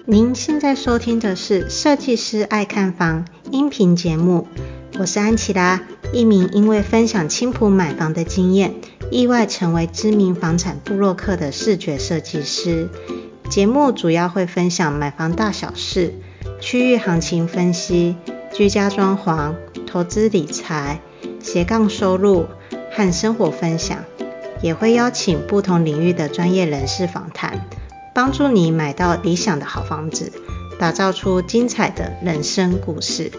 您现在收听的是设计师爱看房音频节目，我是安琪拉，一名因为分享青埔买房的经验，意外成为知名房产部落客的视觉设计师。节目主要会分享买房大小事、区域行情分析、居家装潢、投资理财、斜杠收入和生活分享，也会邀请不同领域的专业人士访谈，帮助你买到理想的好房子，打造出精彩的人生故事。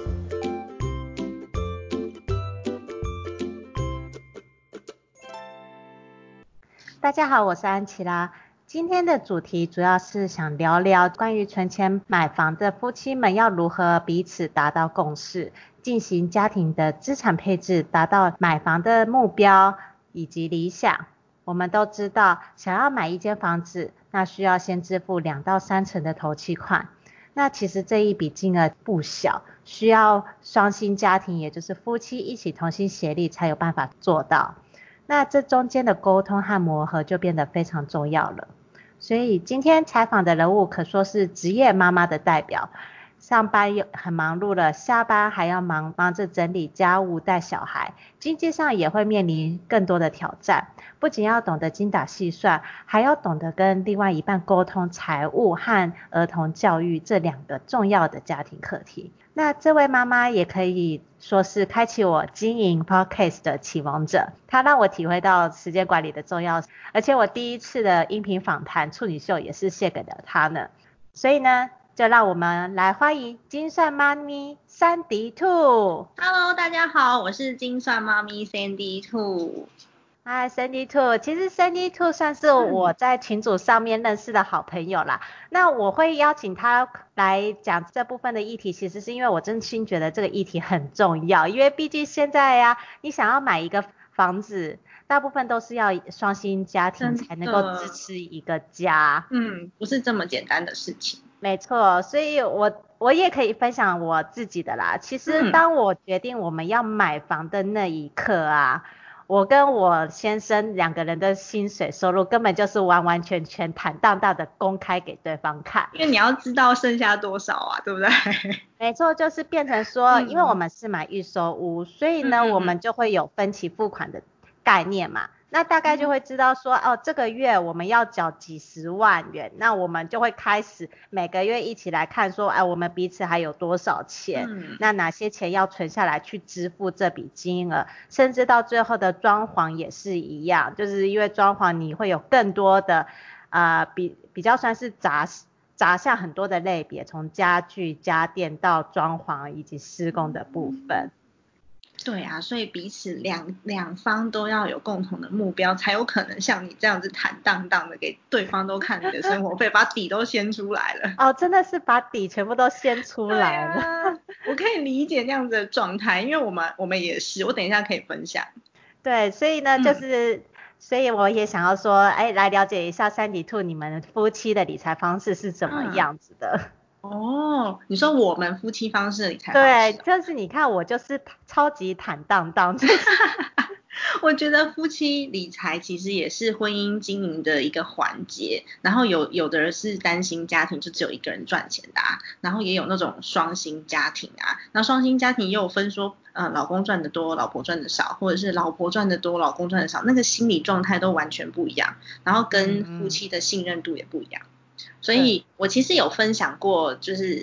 大家好，我是安琪拉。今天的主题主要是想聊聊关于存钱买房的夫妻们要如何彼此达到共识，进行家庭的资产配置，达到买房的目标以及理想。我们都知道，想要买一间房子，那需要先支付2到3成的头期款。那其实这一笔金额不小，需要双薪家庭，也就是夫妻一起同心协力才有办法做到。那这中间的沟通和磨合就变得非常重要了。所以今天采访的人物可说是职业妈妈的代表，上班很忙碌了，下班还要忙着整理家务带小孩，经济上也会面临更多的挑战，不仅要懂得精打细算，还要懂得跟另外一半沟通财务和儿童教育这2个重要的家庭课题。那这位妈妈也可以说是开启我经营 Podcast 的启蒙者，她让我体会到时间管理的重要，而且我第一次的音频访谈处女秀也是献给了她呢。所以呢，就让我们来欢迎精算妈咪 Sandy Two。Hello， 大家好，我是精算妈咪 Sandy Two。 嗨 Sandy Two， 其实 Sandy Two 算是我在群组上面认识的好朋友啦。那我会邀请他来讲这部分的议题，其实是因为我真心觉得这个议题很重要，因为毕竟现在呀，你想要买一个房子，大部分都是要双薪家庭才能够支持一个家。 不是这么简单的事情。 没错，所以我也可以分享我自己的啦。其实当我决定我们要买房的那一刻啊，我跟我先生2个人的薪水收入根本就是完完全全坦荡荡的公开给对方看， 因为你要知道剩下多少啊，对不对？ 没错，就是变成说，因为我们是买预售屋，所以呢，我们就会有分期付款的概念嘛。那大概就会知道说，这个月我们要缴几十万元，那我们就会开始每个月一起来看说，我们彼此还有多少钱，那哪些钱要存下来去支付这笔金额，甚至到最后的装潢也是一样，就是因为装潢你会有更多的比较算是杂项很多的类别，从家具、家电到装潢以及施工的部分。 对啊，所以彼此两方都要有共同的目标，才有可能像你这样子坦荡荡的给对方都看你的生活费，把底都掀出来了。 真的是把底全部都掀出来了。 我可以理解那样子的状态，因为我们也是，我等一下可以分享。 对，所以呢，所以我也想要说，来了解一下Sandy Two你们夫妻的理财方式是怎么样子的。 你说我们夫妻方式的理财方式。 对，就是你看我就是超级坦荡荡。 我觉得夫妻理财其实也是婚姻经营的一个环节，然后有的人是单薪家庭，就只有一个人赚钱的然后也有那种双薪家庭那双薪家庭也有分说老公赚的多，老婆赚的少，或者是老婆赚的多，老公赚的少，那个心理状态都完全不一样，然后跟夫妻的信任度也不一样。所以我其实有分享过，就是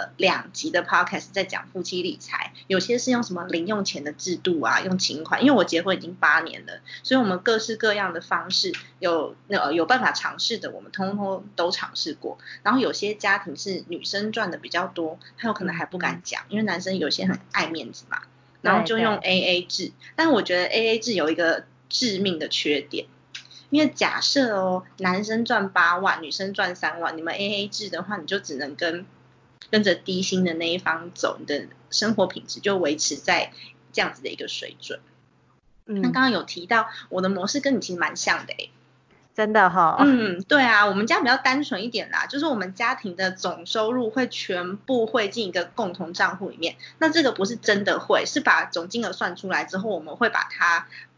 2集的 podcast 在讲夫妻理财，有些是用什么零用钱的制度用请款，因为我结婚已经8年了，所以我们各式各样的方式有办法尝试的，我们通通都尝试过。然后有些家庭是女生赚的比较多，他有可能还不敢讲，因为男生有些很爱面子嘛，然后就用 AA 制。但我觉得 AA 制有一个致命的缺点。因为假设男生赚8万，女生赚3万，你们 AA 制的话，你就只能跟着低薪的那一方走，你的生活品质就维持在这样子的一个水准。那刚刚有提到我的模式跟你其实蛮像的真的对啊，我们家比较单纯一点啦，就是我们家庭的总收入会全部汇进一个共同账户里面。那这个不是真的会，是把总金额算出来之后，我们会把它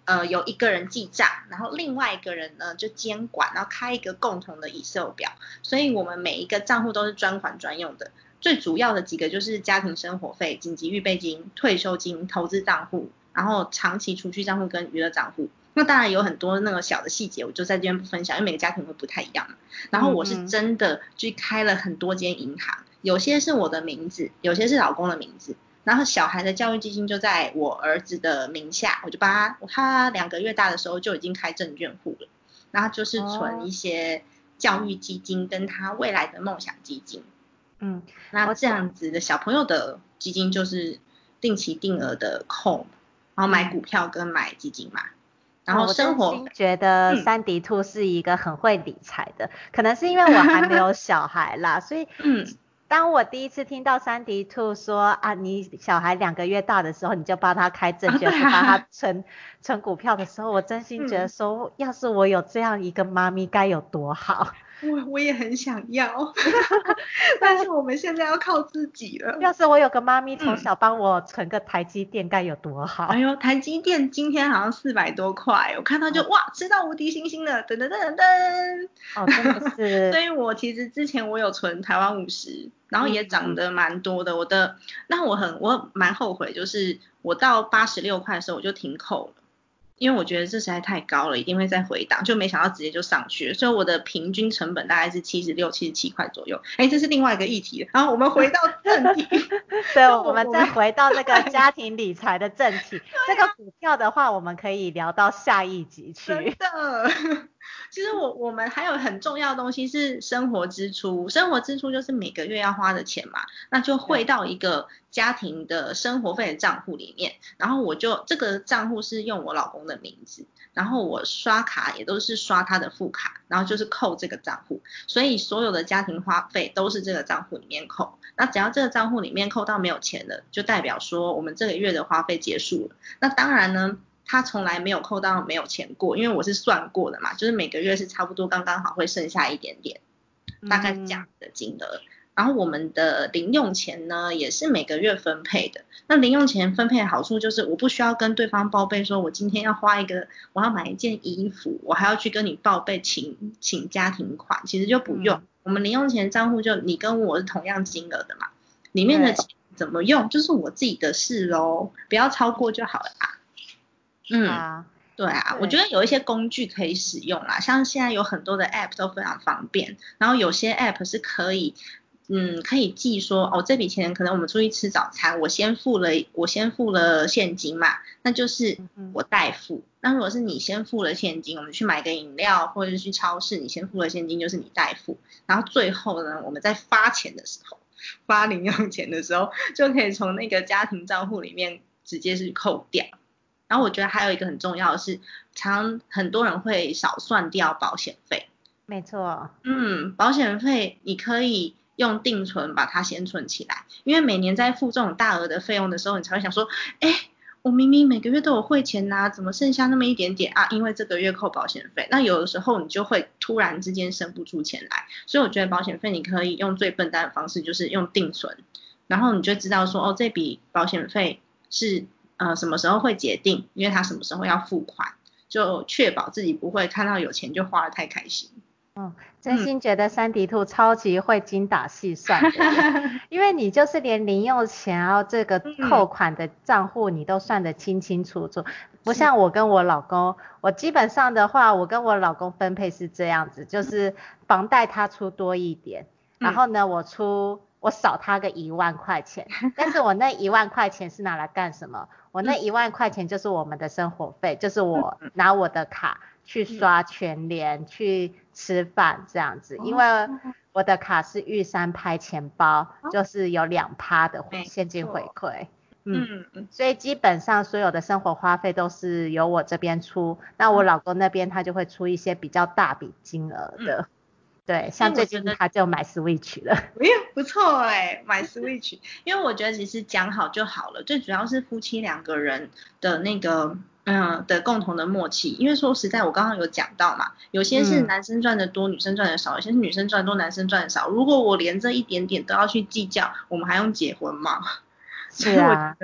有一个人记账，然后另外一个人呢就监管，然后开一个共同的 Excel 表，所以我们每一个账户都是专款专用的。最主要的几个就是家庭生活费、紧急预备金、退休金、投资账户，然后长期储蓄账户跟娱乐账户。那当然有很多那个小的细节，我就在这边不分享，因为每个家庭会不太一样嘛。然后我是真的去开了很多间银行，有些是我的名字，有些是老公的名字。然后小孩的教育基金就在我儿子的名下，我就把他2个月大的时候就已经开证券户了，然后就是存一些教育基金跟他未来的梦想基金。那这样子的小朋友的基金就是定期定额的扣，然后买股票跟买基金嘛。然后生活， 我真心觉得珊迪兔是一个很会理财的，可能是因为我还没有小孩啦，所以当我第一次听到珊迪兔说啊，你小孩2个月大的时候，你就帮他开证券户，帮他存股票的时候，我真心觉得说，要是我有这样一个妈咪该有多好。 我也很想要，但是我们现在要靠自己了。 要是我有个妈咪从小帮我存个台积电该有多好。 哎呦，台积电今天好像400多块，我看到就哇，吃到无敌星星了，噔噔噔噔噔。 哦，真的是。 所以我其实之前我有存台湾50，然后也涨得蛮多的。那我蛮后悔，就是我到86块的时候我就停扣了。因为我觉得这实在太高了，一定会再回档，就没想到直接就上去了，所以我的平均成本大概是76、77块左右。这是另外一个议题。然后我们回到正题。 对，我们再回到那个家庭理财的正题。这个股票的话，我们可以聊到下一集去。 真的。其实我们还有很重要的东西是生活支出，生活支出就是每个月要花的钱嘛，那就汇到一个家庭的生活费的账户里面，然后这个账户是用我老公的名字，然后我刷卡也都是刷他的副卡，然后就是扣这个账户，所以所有的家庭花费都是这个账户里面扣，那只要这个账户里面扣到没有钱了，就代表说我们这个月的花费结束了。那当然呢，他从来没有扣到没有钱过，因为我是算过的嘛，就是每个月是差不多刚刚好会剩下一点点，大概是这样的金额。然后我们的零用钱呢也是每个月分配的，那零用钱分配的好处就是我不需要跟对方报备说我今天要我要买一件衣服，我还要去跟你报备请家庭款，其实就不用。我们零用钱账户就你跟我是同样金额的嘛，里面的钱怎么用就是我自己的事咯，不要超过就好了啦。对啊，我觉得有一些工具可以使用啦，像现在有很多的 app 都非常方便，然后有些 app 是可以记说这笔钱可能我们出去吃早餐，我先付了现金嘛，那就是我代付。那如果是你先付了现金，我们去买个饮料或者是去超市，你先付了现金就是你代付，然后最后呢，我们在发钱的时候，发零用钱的时候，就可以从那个家庭账户里面直接是扣掉。然后我觉得还有一个很重要的是，很多人会少算掉保险费。 没错。 保险费你可以用定存把它先存起来，因为每年在付这种大额的费用的时候，你才会想说，我明明每个月都有汇钱啊，怎么剩下那么一点点啊？因为这个月扣保险费，那有的时候你就会突然之间生不出钱来，所以我觉得保险费你可以用最笨蛋的方式，就是用定存，然后你就知道说，这笔保险费是什么时候会结定，因为他什么时候要付款，就确保自己不会看到有钱就花得太开心。 真心觉得珊迪兔超级会精打细算的耶。因为你就是连零用钱然后这个扣款的账户你都算得清清楚楚，不像我跟我老公，我基本上的话我跟我老公分配是这样子，就是房贷他出多一点，然后呢我少他个1万块钱，但是我那1万块钱是拿来干什么？我那1万块钱就是我们的生活费，就是我拿我的卡去刷全联去吃饭这样子，因为我的卡是玉山拍钱包，就是有2%的现金回馈。所以基本上所有的生活花费都是由我这边出，那我老公那边他就会出一些比较大笔金额的。对，像最近他就买 Switch 了。 不错买 Switch， 因为我觉得其实讲好就好了，最主要是夫妻2个人的那个的共同的默契。因为说实在我刚刚有讲到嘛，有些是男生赚的多女生赚的少，有些是女生赚的多男生赚的少，如果我连这一点点都要去计较，我们还用结婚吗？ 是啊，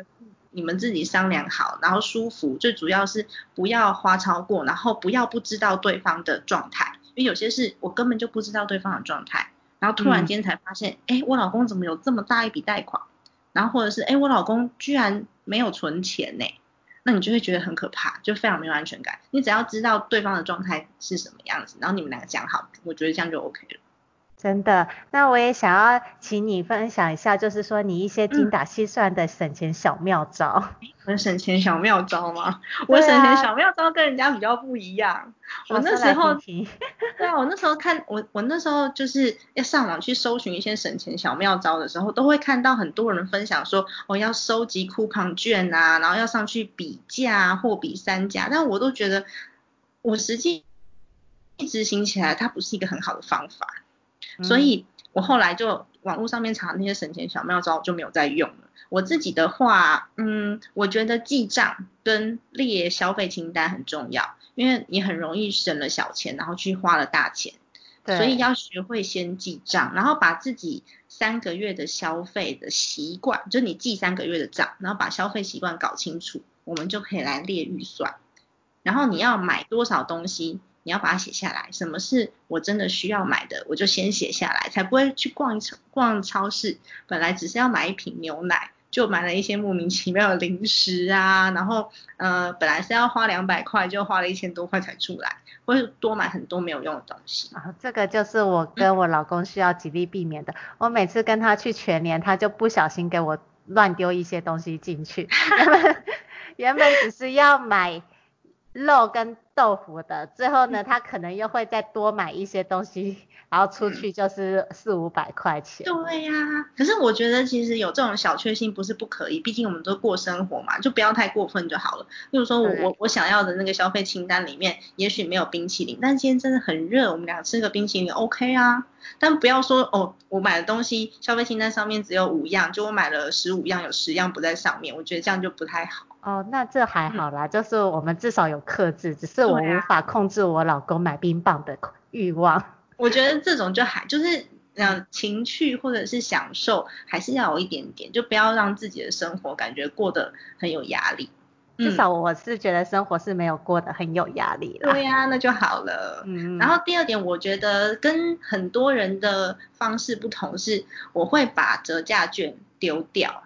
你们自己商量好，然后舒服，最主要是不要花超过，然后不要不知道对方的状态，因为有些事我根本就不知道对方的状态，然后突然间才发现，我老公怎么有这么大一笔贷款，然后或者是我老公居然没有存钱呢，那你就会觉得很可怕，就非常没有安全感。你只要知道对方的状态是什么样子，然后你们两个讲好，我觉得这样就 OK 了。 真的，那我也想要请你分享一下，就是说你一些精打细算的省钱小妙招。 我的省钱小妙招吗？我对啊， 省钱小妙招跟人家比较不一样。我那说来听时候， 听。 对啊，我那时候看我那时候就是要上网去搜寻一些省钱小妙招的时候，都会看到很多人分享说，要收集 coupon 券啊，然后要上去比价、货比三家，但我都觉得我实际执行起来，它不是一个很好的方法。所以我后来就网络上面查那些省钱小妙招，我就没有再用了。我自己的话，我觉得记账跟列消费清单很重要，因为你很容易省了小钱，然后去花了大钱，所以要学会先记账，然后把自己3个月的消费的习惯，就你记3个月的账，然后把消费习惯搞清楚，我们就可以来列预算。然后你要买多少东西，你要把它写下来，什么是我真的需要买的，我就先写下来，才不会去逛超市，本来只是要买一瓶牛奶，就买了一些莫名其妙的零食啊，然后本来是要花200块，就花了1000多块才出来，会多买很多没有用的东西。 这个就是我跟我老公需要极力避免的。我每次跟他去全联，他就不小心给我乱丢一些东西进去。原本只是要买肉跟豆腐的，最后呢，他可能又会再多买一些东西，然后出去就是400-500块钱。 对呀，可是我觉得其实有这种小确幸不是不可以，毕竟我们都过生活嘛，就不要太过分就好了。例如说我想要的那个消费清单里面，也许没有冰淇淋，但今天真的很热，我们俩吃个冰淇淋 OK 啊。但不要说我买的东西消费清单上面只有5样，就我买了15样，有10样不在上面，我觉得这样就不太好。 那这还好啦，就是我们至少有克制，只是我无法控制我老公买冰棒的欲望。 我觉得这种就是情趣或者是享受还是要有一点点，就不要让自己的生活感觉过得很有压力。 至少我是觉得生活是没有过得很有压力啦。 对呀，那就好了。然后第二点，我觉得跟很多人的方式不同是，我会把折价券丢掉。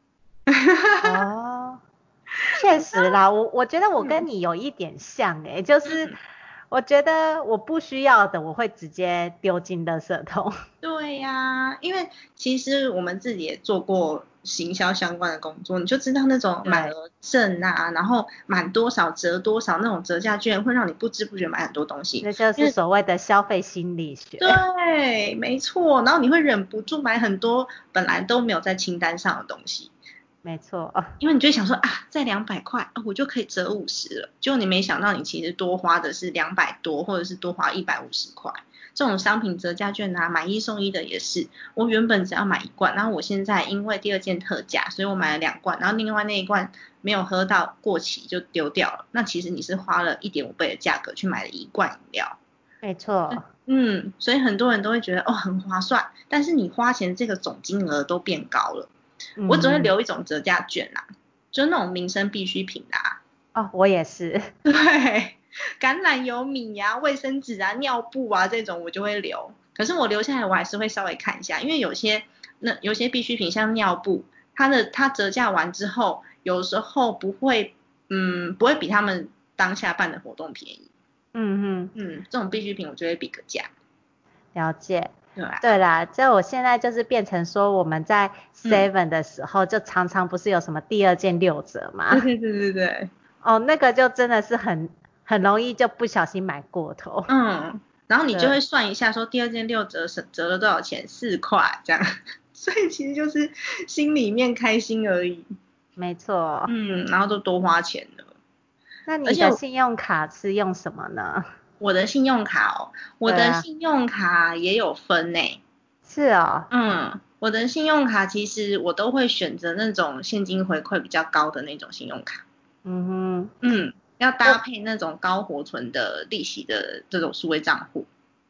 确实啦，我觉得我跟你有一点像就是我觉得我不需要的，我会直接丢进垃圾桶。 对呀，因为其实我们自己也做过行销相关的工作，你就知道那种满额赠啊，然后满多少折多少那种折价券，会让你不知不觉买很多东西。 那就是所谓的消费心理学。 对，没错，然后你会忍不住买很多本来都没有在清单上的东西。 没错。 因为你就会想说再200块我就可以折50了，结果你没想到你其实多花的是200多，或者是多花150块。这种商品折价券啊，买一送一的也是，我原本只要买1罐，然后我现在因为第二件特价，所以我买了2罐，然后另外那一罐没有喝到过期就丢掉了。那其实你是花了1.5倍的价格去买了1罐饮料。 没错。 所以很多人都会觉得很划算，但是你花钱这个总金额都变高了。我只会留一种折价券啦，就那种民生必需品啦。 我也是。 对，橄榄油、米啊、卫生纸啊、尿布啊这种我就会留。可是我留下来我还是会稍微看一下，因为有些必需品像尿布，它折价完之后，有时候不会比他们当下办的活动便宜。这种必需品我就会比个价。 了解。 对对啦，就我现在就是变成说我们在 Seven 的时候，就常常不是有什么第2件6折吗？ 对。 那个就真的是很容易就不小心买过头。 然后你就会算一下说第2件6折折了多少钱，4块这样。所以其实就是心里面开心而已。 没错。 然后就多花钱了。 那你的信用卡是用什么呢？ 我的信用卡我的信用卡也有分是我的信用卡其实我都会选择那种现金回馈比较高的那种信用卡。要搭配那种高活存的利息的这种数位账户。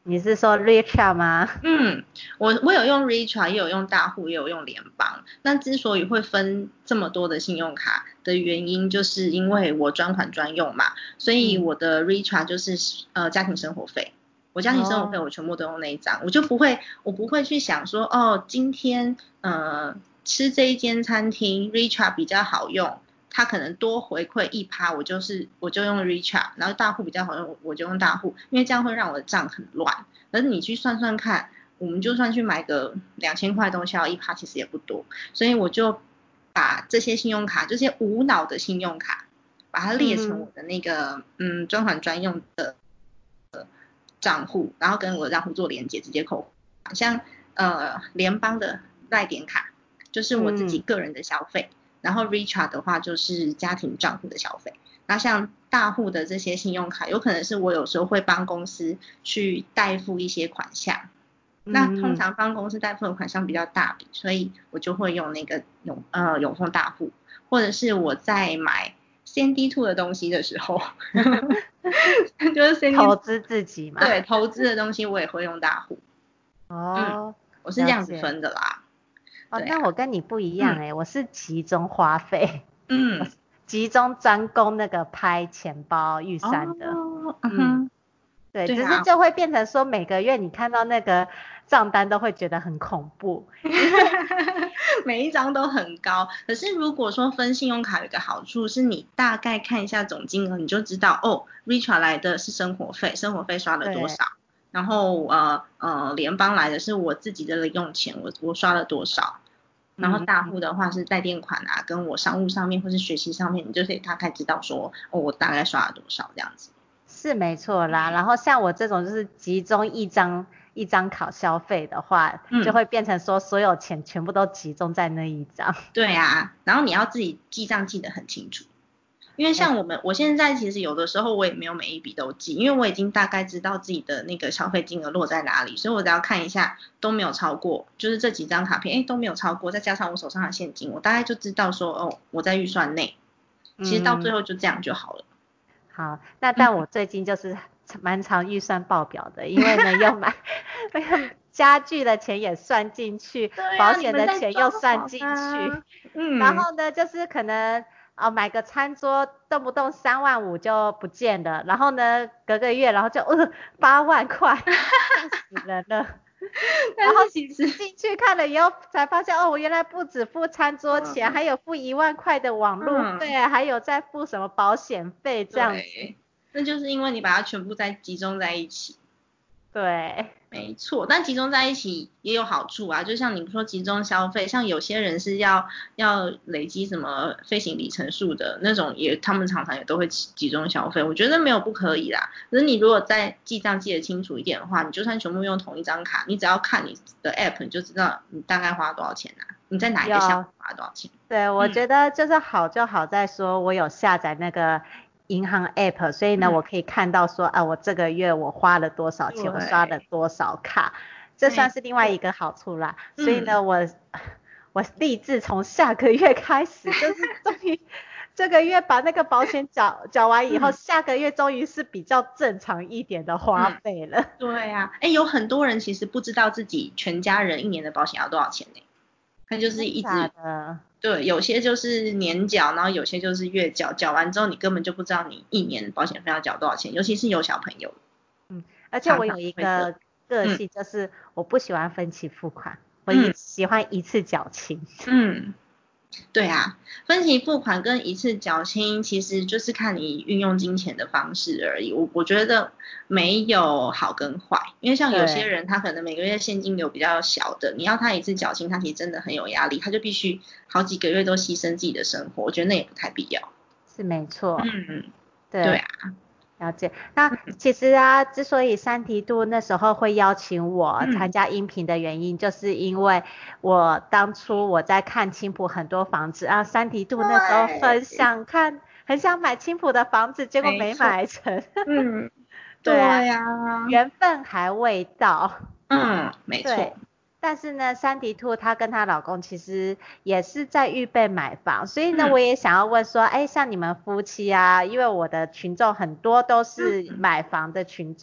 你是说 Richard 吗？ 我有用 Richa， 也有用大户，也有用联邦。那之所以会分这么多的信用卡的原因，就是因为我专款专用嘛，所以我的 Richa 就是家庭生活费。我家庭生活费我全部都用那一张，我不会去想说今天吃这一间餐厅 Richa 比较好用，它可能多回馈1%，我就用 Richa， 然后大户比较好用，我就用大户，因为这样会让我的账很乱。可是你去算算看，我们就算去买个2000块东西，要1%其实也不多，所以我就把这些信用卡，这些无脑的信用卡，把它列成我的那个专款专用的账户，然后跟我的账户做连结，直接扣款。像联邦的赖点卡，就是我自己个人的消费，然后 Richa 的话就是家庭账户的消费。那像大户的这些信用卡，有可能是我有时候会帮公司去代付一些款项，那通常帮公司代付的款项比较大笔，所以我就会用那个永丰大户，或者是我在买 CND2 的东西的时候，就是 CND2 投资自己嘛。 对，投资的东西我也会用大户。我是这样子分的啦。 那我跟你不一样我是集中花费。集中专攻那个拍钱包预算的。对，只是就会变成说每个月你看到那个账单都会觉得很恐怖， 每一张都很高。可是如果说分信用卡有一个好处是你大概看一下总金额，你就知道Richa 来的是生活费，生活费刷了多少，然后联邦来的是我自己的零用钱，我刷了多少。然后大户的话是带电款啊，跟我商务上面或是学习上面，你就可以大概知道说我大概刷了多少这样子。 是没错啦。然后像我这种就是集中一张卡消费的话，就会变成说所有钱全部都集中在那一张。 对啊，然后你要自己记账记得很清楚。因为像我现在其实有的时候我也没有每一笔都记，因为我已经大概知道自己的那个消费金额落在哪里，所以我只要看一下都没有超过，就是这几张卡片都没有超过，再加上我手上的现金，我大概就知道说我在预算内，其实到最后就这样就好了。 好，但我最近就是蛮常预算爆表的，因为呢要买家具的钱也算进去，保险的钱又算进去，然后呢就是可能买个餐桌动不动3万5就不见了，然后呢隔个月然后就8万块，吓死人了。然后其实进去看了以后才发现我原来不止付餐桌钱，还有付1万块的网路费，还有再付什么保险费这样子。 那就是因为你把它全部集中在一起。 对， 没错，但集中在一起也有好处啊，就像你说集中消费，像有些人是要累积什么飞行里程数的那种，他们常常也都会集中消费，我觉得没有不可以啦。可是你如果在记账记得清楚一点的话，你就算全部用同一张卡，你只要看你的 app， 你就知道你大概花了多少钱啊，你在哪一个项目花了多少钱。 对，我觉得就是好就好在说我有下载那个银行 app， 所以呢我可以看到说我这个月我花了多少钱，我刷了多少卡，这算是另外一个好处啦。所以呢我立志从下个月开始，就是终于这个月把那个保险缴完以后，下个月终于是比较正常一点的花费了。 对啊，有很多人其实不知道自己全家人1年的保险要多少钱呢，他就是一直对，有些就是年缴，然后有些就是月缴，缴完之后你根本就不知道你1年保险费要缴多少钱，尤其是有小朋友。 而且我有一个个性，就是我不喜欢分期付款，我喜欢一次缴清。 对啊，分期付款跟一次缴清其实就是看你运用金钱的方式而已，我觉得没有好跟坏，因为像有些人他可能每个月现金流比较小的，你要他一次缴清，他其实真的很有压力，他就必须好几个月都牺牲自己的生活，我觉得那也不太必要。 是没错。 对啊。 了解。那其实之所以三提度那时候会邀请我参加音频的原因，就是因为我当初我在看青埔很多房子，三提度那时候很想买青埔的房子，结果没买成。 对啊， 缘分还未到。 没错。 但是呢，三迪兔她跟她老公其实也是在预备买房，所以呢，我也想要问说，像你们夫妻因为我的群众很多都是买房的群众，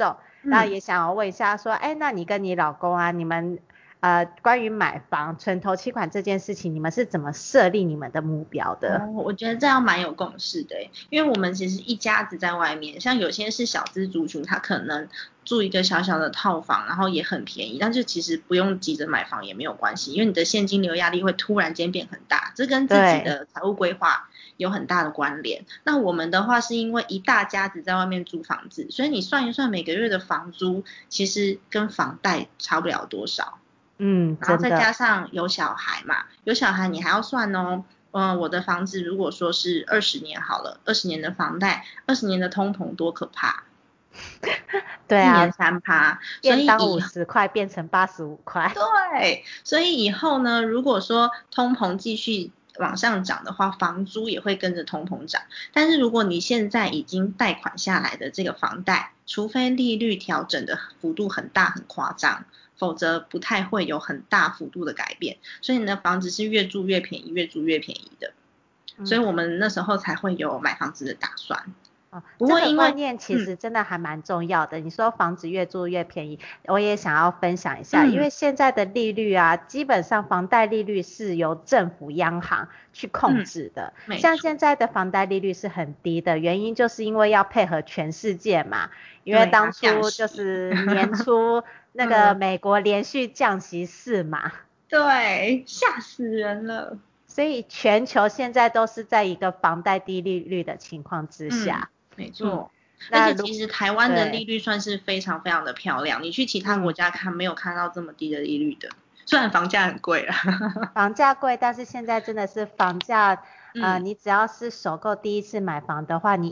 那也想要问一下说，哎，那你跟你老公啊，你们关于买房存头期款这件事情，你们是怎么设立你们的目标的？ 我觉得这样蛮有共识的耶，因为我们其实一家子在外面，像有些是小资族群，他可能住一个小小的套房，然后也很便宜，但是其实不用急着买房也没有关系，因为你的现金流压力会突然间变很大，这跟自己的财务规划有很大的关联。那我们的话是因为一大家子在外面租房子，所以你算一算每个月的房租，其实跟房贷差不了多少。然后再加上有小孩嘛，有小孩你还要算哦。我的房子如果说是20年好了，20年的房贷，20年的通膨多可怕， 对啊， 一年3%，所以便当50块变成85块。 对，所以以后呢，如果说通膨继续往上涨的话，房租也会跟着通膨涨。但是如果你现在已经贷款下来的这个房贷，除非利率调整的幅度很大很夸张，否则不太会有很大幅度的改变。所以你的房子是越住越便宜，越住越便宜的。所以我们那时候才会有买房子的打算。不这个过因为观念其实真的还蛮重要的。你说房子越住越便宜，我也想要分享一下，因为现在的利率啊，基本上房贷利率是由政府央行去控制的。像现在的房贷利率是很低的，原因就是因为要配合全世界嘛。因为当初就是年初那个美国连续降息4码， 对，吓死人了。 所以全球现在都是在一个房贷低利率的情况之下。 没错。而且其实台湾的利率算是非常非常的漂亮，你去其他国家看没有看到这么低的利率的，虽然房价很贵啦。 房价贵，但是现在真的是房价，你只要是首购第一次买房的话，你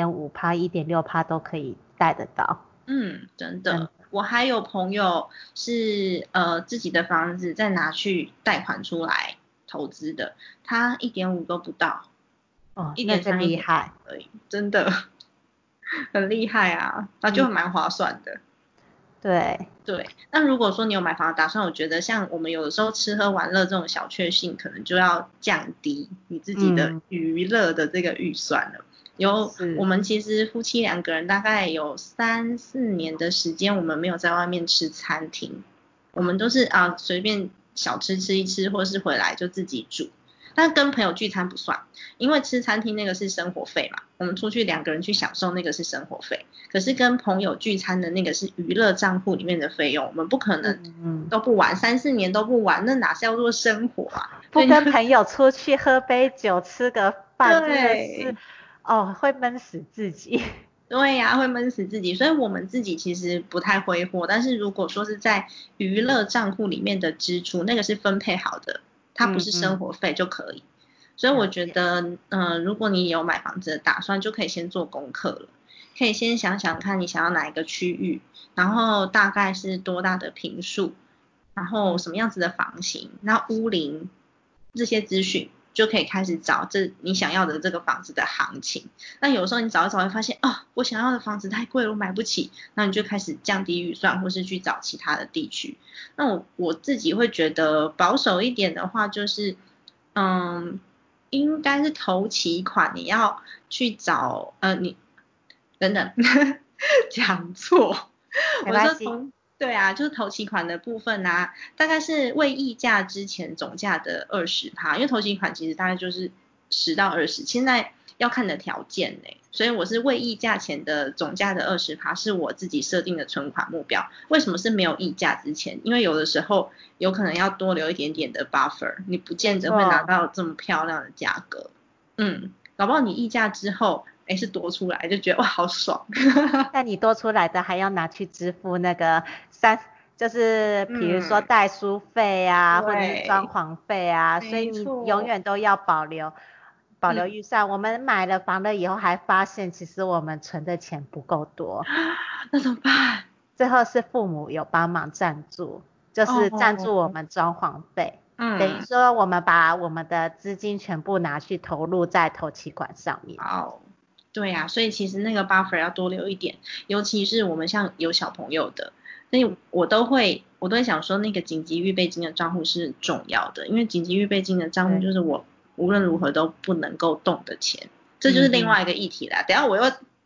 1.5%、1.6%都可以贷得到。 真的。我还有朋友是自己的房子再拿去贷款出来投资的，他1.5都不到， 那更厉害而已，真的很厉害啊，那就蛮划算的。对，那如果说你有买房的打算，我觉得像我们有的时候吃喝玩乐这种小确幸，可能就要降低你自己的娱乐的这个预算了。我们其实夫妻2个人大概有3-4年的时间，我们没有在外面吃餐厅，我们都是随便小吃吃一吃，或是回来就自己煮。但跟朋友聚餐不算，因为吃餐厅那个是生活费嘛，我们出去2个人去享受那个是生活费，可是跟朋友聚餐的那个是娱乐账户里面的费用，我们不可能都不玩，3-4年都不玩，那哪是叫做生活啊？ 不跟朋友出去喝杯酒吃个饭，真的是会闷死自己。 对呀，会闷死自己，所以我们自己其实不太挥霍，但是如果说是在娱乐账户里面的支出，那个是分配好的，它不是生活费就可以。所以我觉得，如果你有买房子的打算，就可以先做功课了，可以先想想看你想要哪一个区域，然后大概是多大的坪数，然后什么样子的房型，那屋龄这些资讯。就可以开始找你想要的这个房子的行情。那有时候你找一找会发现，我想要的房子太贵了，我买不起，那你就开始降低预算，或是去找其他的地区。那我自己会觉得保守一点的话，就是应该是头期款，你要去找你等等讲错， 没关系。 对啊，就是头期款的部分啊，大概是未议价之前总价的20%，因为头期款其实大概就是10到20，现在要看的条件呢，所以我是未议价前的总价的20%是我自己设定的存款目标。为什么是没有议价之前？因为有的时候有可能要多留一点点的 buffer， 你不见得会拿到这么漂亮的价格。搞不好你议价之后是多出来，就觉得哇好爽。 但你多出来的还要拿去支付那个就是比如说代书费啊，或者是装潢费啊，所以你永远都要保留预算。我们买了房了以后还发现其实我们存的钱不够多， 那怎么办？ 最后是父母有帮忙赞助，就是赞助我们装潢费。等于说我们把我们的资金全部拿去投入在头期款上面。 对啊，所以其实那个 buffer 要多留一点，尤其是我们像有小朋友的，所以我都会想说那个紧急预备金的账户是重要的，因为紧急预备金的账户就是我无论如何都不能够动的钱，这就是另外一个议题啦。等一下我又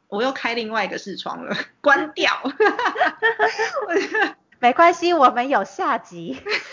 我又开另外一个视窗了，关掉。我觉得没关系，我们有下集。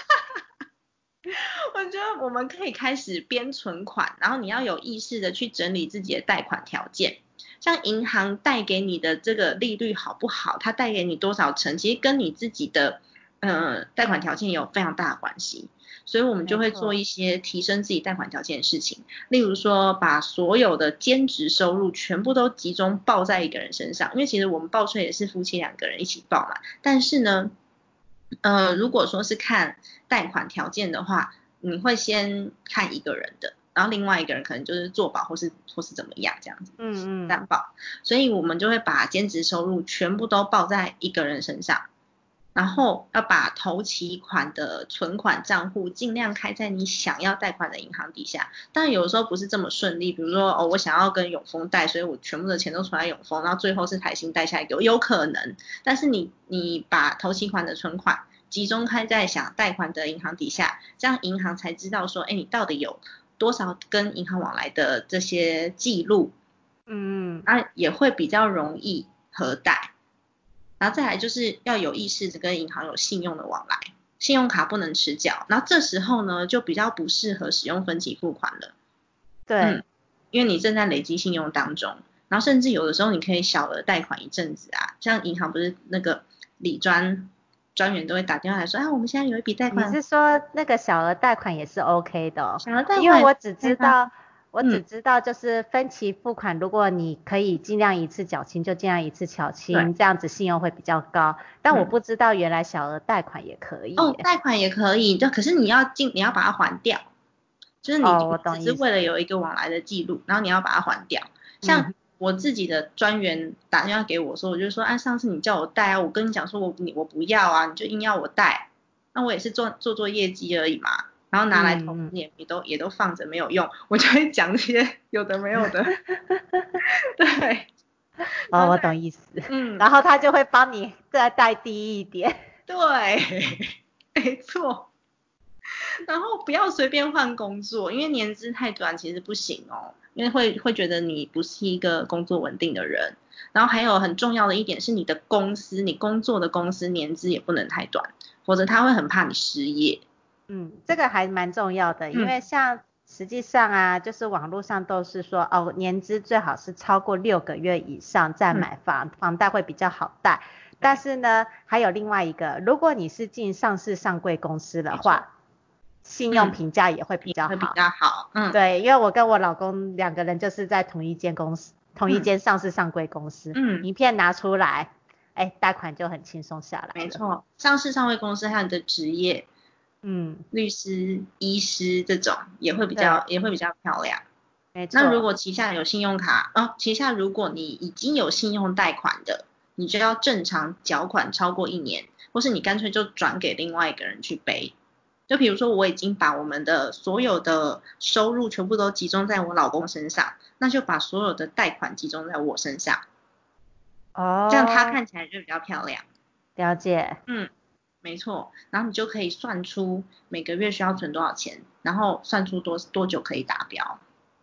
我觉得我们可以开始边存款，然后你要有意识的去整理自己的贷款条件。像银行贷给你的这个利率好不好，它贷给你多少成，其实跟你自己的贷款条件有非常大的关系。所以我们就会做一些提升自己贷款条件的事情，例如说把所有的兼职收入全部都集中报在一个人身上，因为其实我们报税也是夫妻2个人一起报嘛，但是呢如果说是看贷款条件的话，你会先看一个人的，然后另外一个人可能就是做保或是怎么样这样子，担保，所以我们就会把兼职收入全部都报在一个人身上，然后要把头期款的存款账户尽量开在你想要贷款的银行底下，但有的时候不是这么顺利，比如说我想要跟永丰贷，所以我全部的钱都存在永丰，然后最后是台新贷下来给我，有可能，但是你把头期款的存款集中开在想贷款的银行底下，这样银行才知道说，你到底有多少跟银行往来的这些记录，也会比较容易核贷。然后再来就是要有意识的跟银行有信用的往来，信用卡不能迟缴，然后这时候呢就比较不适合使用分期付款了。 对， 因为你正在累积信用当中，然后甚至有的时候你可以小额贷款一阵子啊，像银行不是那个理专员都会打电话来说，我们现在有一笔贷款。 你是说那个小额贷款也是 OK 的哦？ 小额贷款因为我只知道就是分期付款，如果你可以尽量一次缴清，就尽量一次缴清，这样子信用会比较高。但我不知道原来小额贷款也可以耶。 贷款也可以，可是你要把它还掉，就是你我懂意思。 只是为了有一个往来的记录，然后你要把它还掉。像我自己的专员打电话给我说，我就说，上次你叫我贷我跟你讲说我不要啊，你就硬要我贷，那我也是做业绩而已嘛，然后拿来投资也都放着没有用，我就会讲些有的没有的。对。 我懂意思。然后他就会帮你再贷低一点。 对，没错。然后不要随便换工作，因为年资太短其实不行哦，因为会觉得你不是一个工作稳定的人。然后还有很重要的一点是你的公司，你工作的公司年资也不能太短，否则他会很怕你失业。 这个还蛮重要的，因为像实际上啊，就是网络上都是说年资最好是超过6个月以上再买房贷会比较好贷。但是呢，还有另外一个，如果你是进上市上柜公司的话，信用评价也会比较好。对，因为我跟我老公2个人就是在同一间公司，同一间上市上柜公司，名片拿出来，贷款就很轻松下来了。 没错，上市上柜公司还有你的职业，律师、医师这种也会比较漂亮。 没错。 那如果旗下有信用卡，旗下如果你已经有信用贷款的，你就要正常缴款超过1年，或是你干脆就转给另外一个人去背。就比如说我已经把我们的所有的收入全部都集中在我老公身上，那就把所有的贷款集中在我身上。这样他看起来就比较漂亮。 了解。 没错，然后你就可以算出每个月需要存多少钱，然后算出多久可以达标。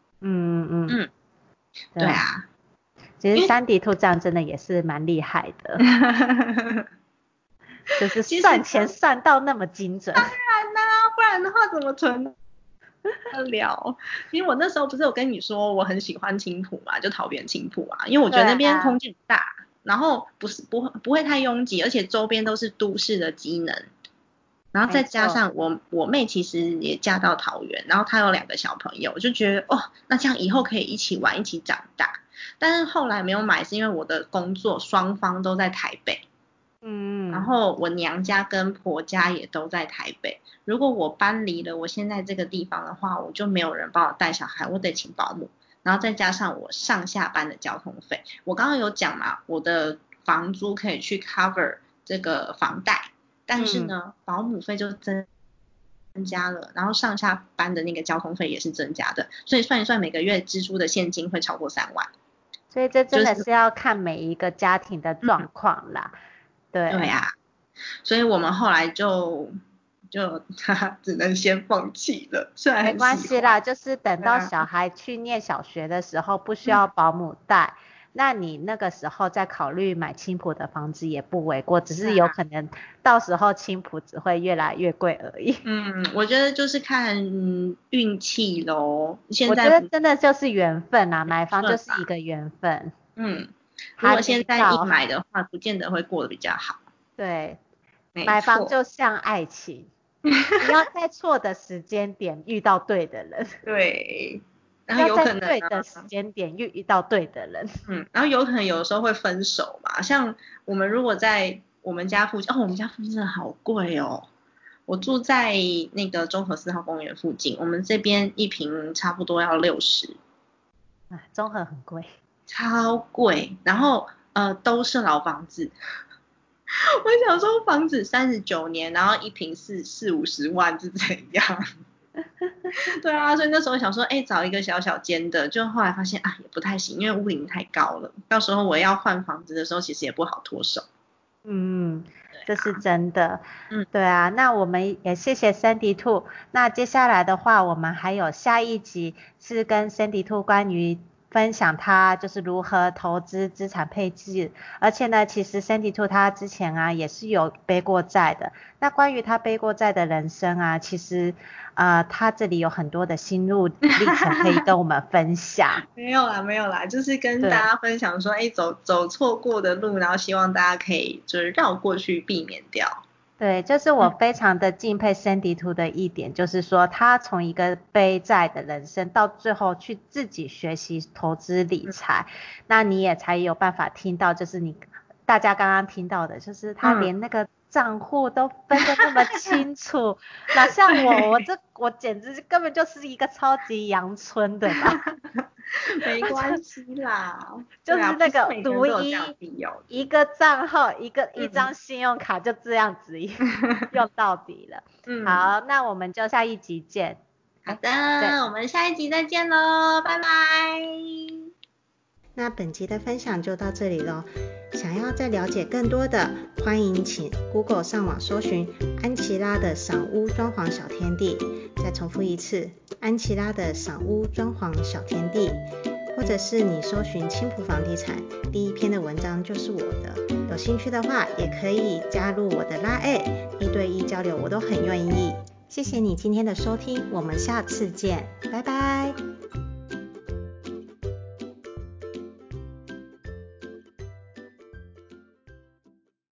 对啊。 其实3D 兔这样真的也是蛮厉害的。就是算钱算到那么精准。 当然啦，不然的话怎么存得了？因为我那时候不是有跟你说我很喜欢青埔嘛，就桃园青埔啊，因为我觉得那边空间大，然后不会太拥挤，而且周边都是都市的机能。然后再加上我妹其实也嫁到桃园，然后她有2个小朋友，我就觉得那这样以后可以一起玩一起长大。但是后来没有买是因为我的工作双方都在台北。然后我娘家跟婆家也都在台北，如果我搬离了我现在这个地方的话，我就没有人帮我带小孩，我得请保姆，然后再加上我上下班的交通费。我刚刚有讲嘛，我的房租可以去 cover 这个房贷，但是呢，保姆费就增加了，然后上下班的那个交通费也是增加的，所以算一算每个月支出的现金会超过3万。 所以这真的是要看每一个家庭的状况啦。对啊，所以我们后来就只能先放弃了，虽然很喜欢。 没关系啦，就是等到小孩去念小学的时候不需要保姆带， 那你那个时候再考虑买青埔的房子也不为过，只是有可能到时候青埔只会越来越贵而已。 我觉得就是看运气咯。 我觉得真的就是缘分啊，买房就是一个缘分。 如果现在一买的话，不见得会过得比较好。 对，买房就像爱情，你要在错的时间点遇到对的人。 对，然后有可能对的时间点遇到对的人。 然后有可能有的时候会分手嘛，像我们如果在我们家附近，我们家附近真的好贵哦。我住在那个中和4号公园附近，我们这边一坪差不多要60。 中和很贵。 超贵，然后都是老房子。我想说房子39年，然后一坪40-50万是怎样？对啊，所以那时候想说，找一个小小间的，就后来发现也不太行，因为屋龄太高了，到时候我要换房子的时候，其实也不好脱手。 这是真的。对啊，那我们也谢谢 Sandy 兔。那接下来的话，我们还有下一集是跟 Sandy 兔关于分享他就是如何投资资产配置，而且呢，其实 Sandy 兔他之前也是有背过债的。那关于他背过债的人生其实他这里有很多的心路历程可以跟我们分享。 没有啦，就是跟大家分享说，走错过的路，然后希望大家可以就是绕过去避免掉。 对，就是我非常的敬佩 Sandy 兔的一点，就是说他从一个背债的人生，到最后去自己学习投资理财，那你也才有办法听到，就是大家刚刚听到的，就是他连那个账户都分得那么清楚。那像我简直根本就是一个超级阳春的吧。 没关系啦， 就是那个独一个账号一张信用卡就这样子用到底了。好，那我们就下一集见。 好的，我们下一集再见咯，拜拜。 那本集的分享就到这里咯。想要再了解更多的，欢迎请 Google 上网搜寻安琪拉的赏屋装潢小天地。再重复一次，安琪拉的赏屋装潢小天地。或者是你搜寻青埔房地产，第一篇的文章就是我的。有兴趣的话，也可以加入我的LINE，1对1交流，我都很愿意。谢谢你今天的收听，我们下次见，拜拜。